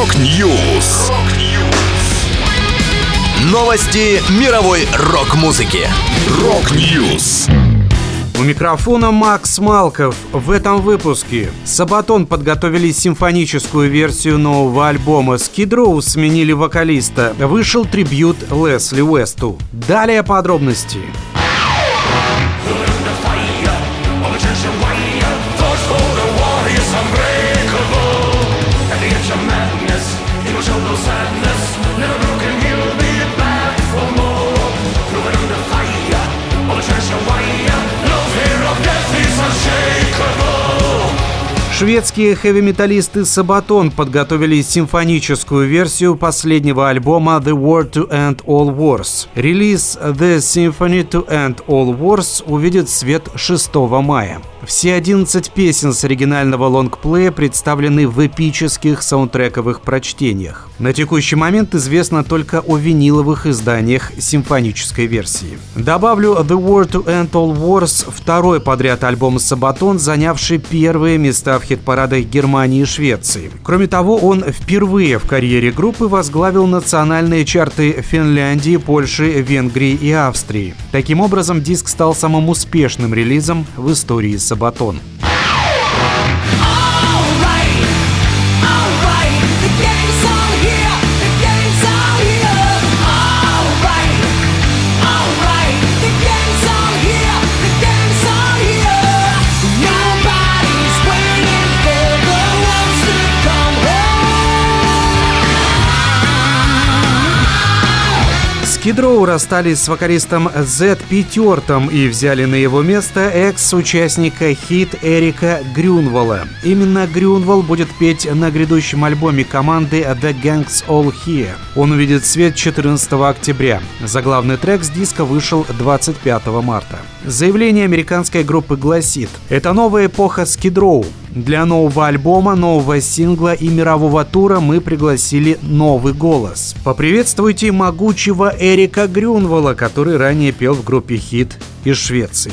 Рок-Ньюс. Новости мировой рок-музыки. Рок-Ньюс. У микрофона Макс Малков. В этом выпуске Sabaton подготовили симфоническую версию нового альбома. Skid Row сменили вокалиста. Вышел трибьют Лесли Уэсту. Далее подробности. Шведские хэви-металлисты Sabaton подготовили симфоническую версию последнего альбома The War to End All Wars. Релиз The Symphony to End All Wars увидит свет 6 мая. Все 11 песен с оригинального лонгплея представлены в эпических саундтрековых прочтениях. На текущий момент известно только о виниловых изданиях симфонической версии. Добавлю, The War to End All Wars — второй подряд альбом Sabaton, занявший первые места в хит-парадах Германии и Швеции. Кроме того, он впервые в карьере группы возглавил национальные чарты Финляндии, Польши, Венгрии и Австрии. Таким образом, диск стал самым успешным релизом в истории Sabaton. Skid Row расстались с вокалистом Зет Пятертом и взяли на его место экс-участника Хит Эрика Грюнвала. Именно Грюнвал будет петь на грядущем альбоме команды The Gang's All Here. Он увидит свет 14 октября. Заглавный трек с диска вышел 25 марта. Заявление американской группы гласит: «Это новая эпоха Skid Row. Для нового альбома, нового сингла и мирового тура мы пригласили новый голос. Поприветствуйте могучего Эрика Грюнвала, который ранее пел в группе Хит из Швеции».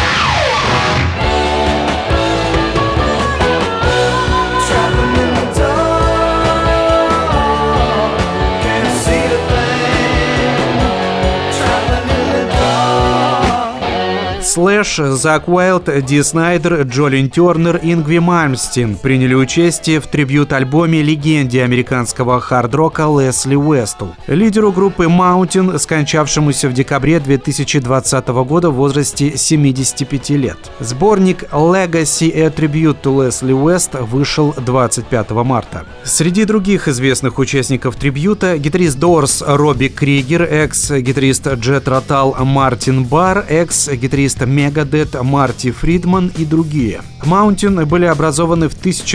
Слэш, Зак Уайлд, Ди Снайдер, Джолин Тернер, Ингви Мальмстин приняли участие в трибьют-альбоме легенде американского хард-рока Лесли Уэсту, лидеру группы Mountain, скончавшемуся в декабре 2020 года в возрасте 75 лет. Сборник Legacy A Tribute to Leslie West вышел 25 марта. Среди других известных участников трибьюта гитарист Doors Робби Кригер, экс-гитарист Джет Ротал Мартин Барр, экс-гитарист Megadeth Марти Фридман и другие. Mountain были образованы в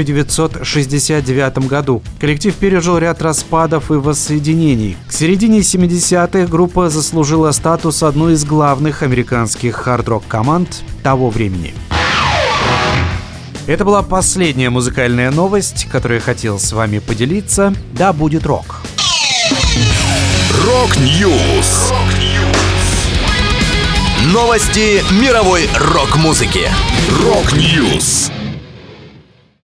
1969 году. Коллектив пережил ряд распадов и воссоединений. К середине 70-х группа заслужила статус одной из главных американских хард-рок команд того времени. Это была последняя музыкальная новость, которую я хотел с вами поделиться. Да будет рок! Рок-Ньюс. Новости мировой рок-музыки. Рок-Ньюс.